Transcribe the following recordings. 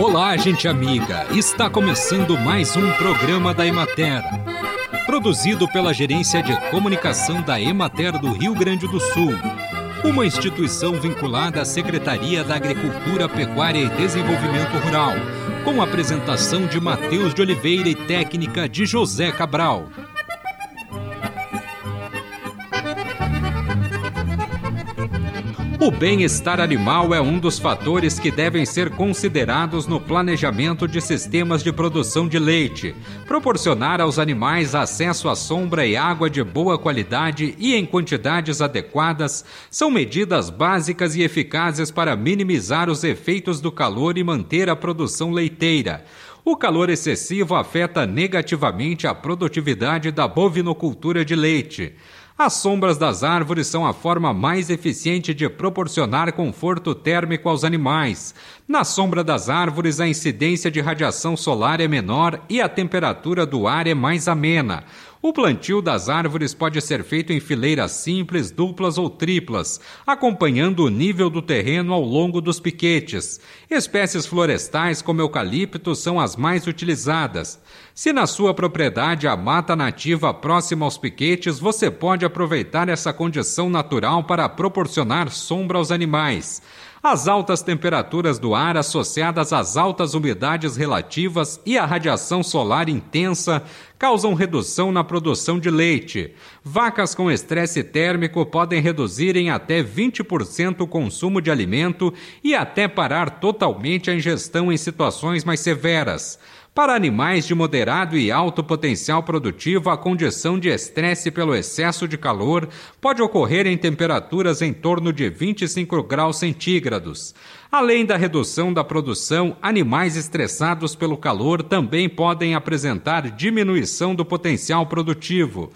Olá, gente amiga! Está começando mais um programa da Emater, produzido pela Gerência de Comunicação da Emater do Rio Grande do Sul, uma instituição vinculada à Secretaria da Agricultura, Pecuária e Desenvolvimento Rural, com a apresentação de Matheus de Oliveira e técnica de José Cabral. O bem-estar animal é um dos fatores que devem ser considerados no planejamento de sistemas de produção de leite. Proporcionar aos animais acesso à sombra e água de boa qualidade e em quantidades adequadas são medidas básicas e eficazes para minimizar os efeitos do calor e manter a produção leiteira. O calor excessivo afeta negativamente a produtividade da bovinocultura de leite. As sombras das árvores são a forma mais eficiente de proporcionar conforto térmico aos animais. Na sombra das árvores, a incidência de radiação solar é menor e a temperatura do ar é mais amena. O plantio das árvores pode ser feito em fileiras simples, duplas ou triplas, acompanhando o nível do terreno ao longo dos piquetes. Espécies florestais como eucalipto são as mais utilizadas. Se na sua propriedade há mata nativa próxima aos piquetes, você pode aproveitar essa condição natural para proporcionar sombra aos animais. As altas temperaturas do ar associadas às altas umidades relativas e à radiação solar intensa causam redução na produção de leite. Vacas com estresse térmico podem reduzir em até 20% o consumo de alimento e até parar totalmente a ingestão em situações mais severas. Para animais de moderado e alto potencial produtivo, a condição de estresse pelo excesso de calor pode ocorrer em temperaturas em torno de 25 graus centígrados. Além da redução da produção, animais estressados pelo calor também podem apresentar diminuição do potencial produtivo.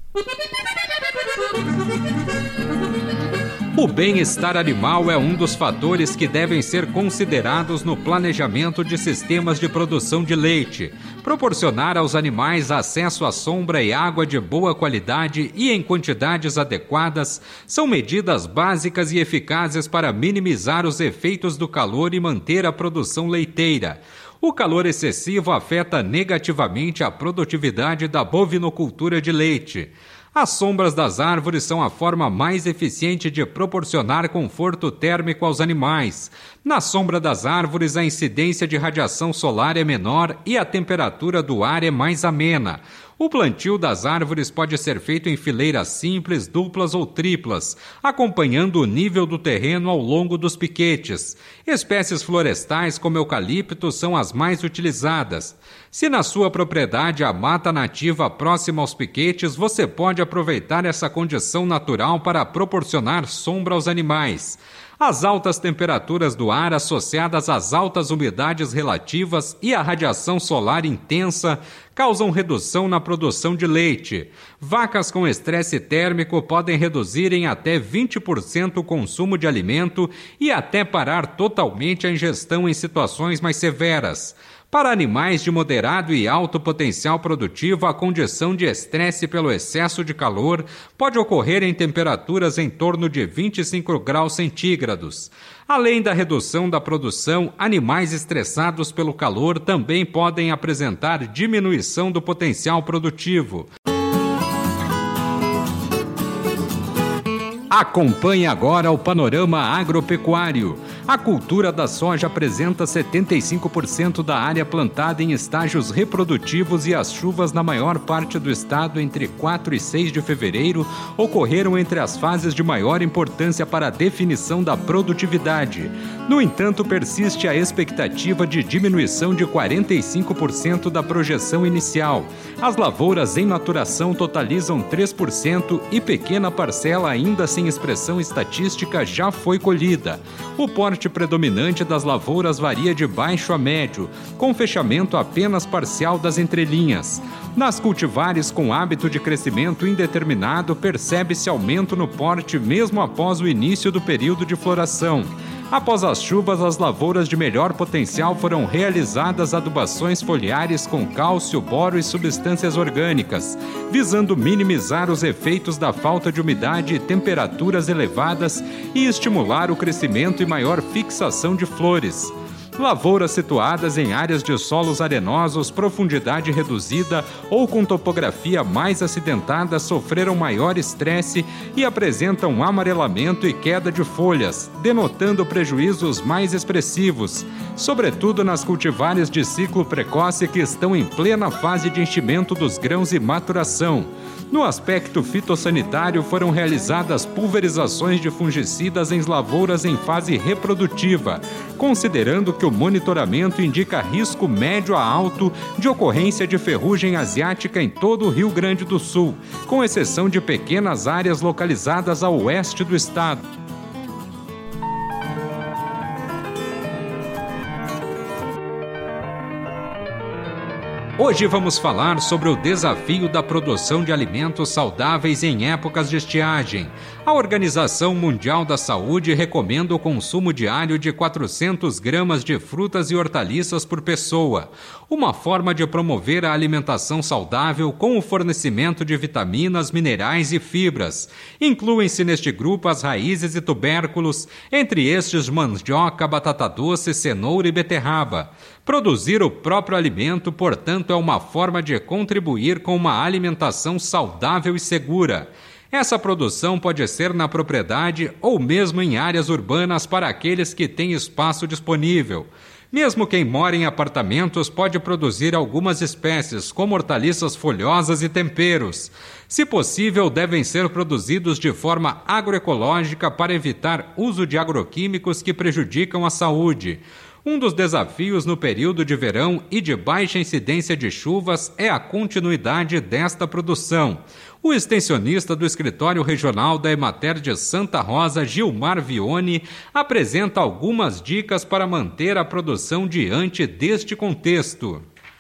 O bem-estar animal é um dos fatores que devem ser considerados no planejamento de sistemas de produção de leite. Proporcionar aos animais acesso à sombra e água de boa qualidade e em quantidades adequadas são medidas básicas e eficazes para minimizar os efeitos do calor e manter a produção leiteira. O calor excessivo afeta negativamente a produtividade da bovinocultura de leite. As sombras das árvores são a forma mais eficiente de proporcionar conforto térmico aos animais. Na sombra das árvores, a incidência de radiação solar é menor e a temperatura do ar é mais amena. O plantio das árvores pode ser feito em fileiras simples, duplas ou triplas, acompanhando o nível do terreno ao longo dos piquetes. Espécies florestais como eucalipto são as mais utilizadas. Se na sua propriedade há mata nativa próxima aos piquetes, você pode aproveitar essa condição natural para proporcionar sombra aos animais. As altas temperaturas do ar associadas às altas umidades relativas e à radiação solar intensa causam redução na produção de leite. Vacas com estresse térmico podem reduzir em até 20% o consumo de alimento e até parar totalmente a ingestão em situações mais severas. Para animais de moderado e alto potencial produtivo, a condição de estresse pelo excesso de calor pode ocorrer em temperaturas em torno de 25 graus centígrados. Além da redução da produção, animais estressados pelo calor também podem apresentar diminuição do potencial produtivo. Acompanhe agora o panorama agropecuário. A cultura da soja apresenta 75% da área plantada em estágios reprodutivos e as chuvas na maior parte do estado entre 4 e 6 de fevereiro ocorreram entre as fases de maior importância para a definição da produtividade. No entanto, persiste a expectativa de diminuição de 45% da projeção inicial. As lavouras em maturação totalizam 3% e pequena parcela ainda sem expressão estatística já foi colhida. O porte predominante das lavouras varia de baixo a médio, com fechamento apenas parcial das entrelinhas. Nas cultivares com hábito de crescimento indeterminado, percebe-se aumento no porte mesmo após o início do período de floração. Após as chuvas, as lavouras de melhor potencial foram realizadas adubações foliares com cálcio, boro e substâncias orgânicas, visando minimizar os efeitos da falta de umidade e temperaturas elevadas e estimular o crescimento e maior fixação de flores. Lavouras situadas em áreas de solos arenosos, profundidade reduzida ou com topografia mais acidentada sofreram maior estresse e apresentam amarelamento e queda de folhas, denotando prejuízos mais expressivos, sobretudo nas cultivares de ciclo precoce que estão em plena fase de enchimento dos grãos e maturação. No aspecto fitossanitário, foram realizadas pulverizações de fungicidas em lavouras em fase reprodutiva, considerando que o monitoramento indica risco médio a alto de ocorrência de ferrugem asiática em todo o Rio Grande do Sul, com exceção de pequenas áreas localizadas ao oeste do estado. Hoje vamos falar sobre o desafio da produção de alimentos saudáveis em épocas de estiagem. A Organização Mundial da Saúde recomenda o consumo diário de 400 gramas de frutas e hortaliças por pessoa, uma forma de promover a alimentação saudável com o fornecimento de vitaminas, minerais e fibras. Incluem-se neste grupo as raízes e tubérculos, entre estes mandioca, batata doce, cenoura e beterraba. Produzir o próprio alimento, portanto, é uma forma de contribuir com uma alimentação saudável e segura. Essa produção pode ser na propriedade ou mesmo em áreas urbanas para aqueles que têm espaço disponível. Mesmo quem mora em apartamentos pode produzir algumas espécies, como hortaliças folhosas e temperos. Se possível, devem ser produzidos de forma agroecológica para evitar uso de agroquímicos que prejudicam a saúde. Um dos desafios no período de verão e de baixa incidência de chuvas é a continuidade desta produção. O extensionista do Escritório Regional da Emater de Santa Rosa, Gilmar Vione, apresenta algumas dicas para manter a produção diante deste contexto.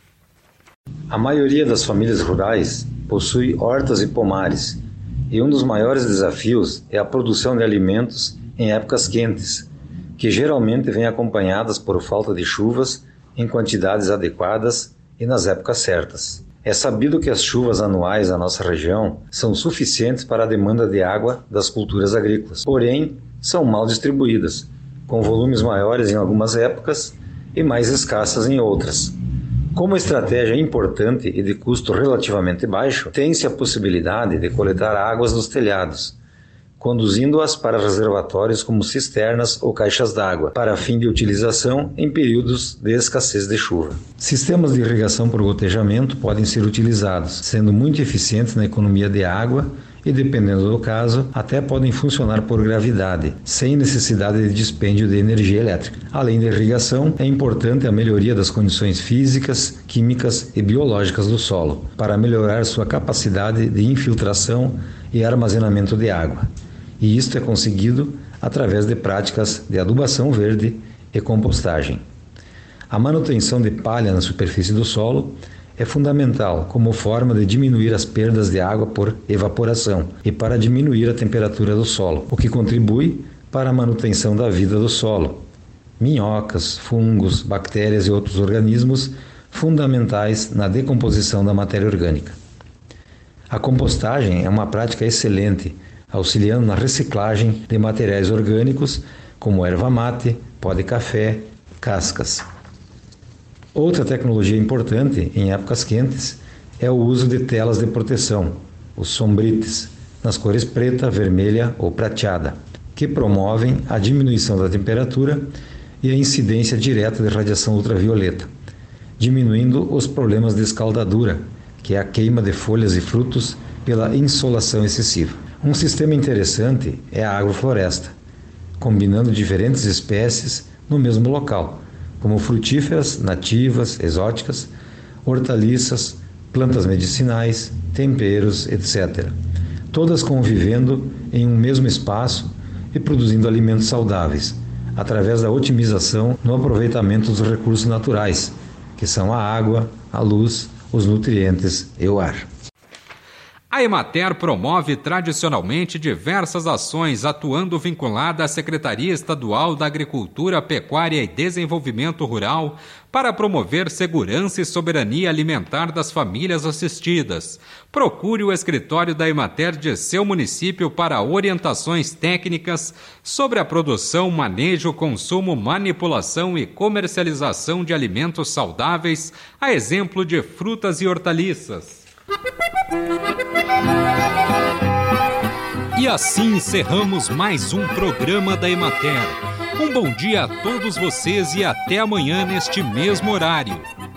A maioria das famílias rurais possui hortas e pomares, e um dos maiores desafios é a produção de alimentos em épocas quentes, que geralmente vêm acompanhadas por falta de chuvas em quantidades adequadas e nas épocas certas. É sabido que as chuvas anuais da nossa região são suficientes para a demanda de água das culturas agrícolas, porém são mal distribuídas, com volumes maiores em algumas épocas e mais escassas em outras. Como estratégia importante e de custo relativamente baixo, tem-se a possibilidade de coletar águas dos telhados, conduzindo-as para reservatórios como cisternas ou caixas d'água, para fim de utilização em períodos de escassez de chuva. Sistemas de irrigação por gotejamento podem ser utilizados, sendo muito eficientes na economia de água e, dependendo do caso, até podem funcionar por gravidade, sem necessidade de dispêndio de energia elétrica. Além da irrigação, é importante a melhoria das condições físicas, químicas e biológicas do solo, para melhorar sua capacidade de infiltração e armazenamento de água. E isto é conseguido através de práticas de adubação verde e compostagem. A manutenção de palha na superfície do solo é fundamental como forma de diminuir as perdas de água por evaporação e para diminuir a temperatura do solo, o que contribui para a manutenção da vida do solo. Minhocas, fungos, bactérias e outros organismos fundamentais na decomposição da matéria orgânica. A compostagem é uma prática excelente, auxiliando na reciclagem de materiais orgânicos como erva mate, pó de café, cascas. Outra tecnologia importante em épocas quentes é o uso de telas de proteção, os sombrites, nas cores preta, vermelha ou prateada, que promovem a diminuição da temperatura e a incidência direta de radiação ultravioleta, diminuindo os problemas de escaldadura, que é a queima de folhas e frutos pela insolação excessiva. Um sistema interessante é a agrofloresta, combinando diferentes espécies no mesmo local, como frutíferas, nativas, exóticas, hortaliças, plantas medicinais, temperos, etc. Todas convivendo em um mesmo espaço e produzindo alimentos saudáveis, através da otimização no aproveitamento dos recursos naturais, que são a água, a luz, os nutrientes e o ar. A A Emater promove tradicionalmente diversas ações, atuando vinculada à Secretaria Estadual da Agricultura, Pecuária e Desenvolvimento Rural, para promover segurança e soberania alimentar das famílias assistidas. Procure o escritório da Emater de seu município para orientações técnicas sobre a produção, manejo, consumo, manipulação e comercialização de alimentos saudáveis, a exemplo de frutas e hortaliças. E assim encerramos mais um programa da Emater. Um bom dia a todos vocês e até amanhã neste mesmo horário.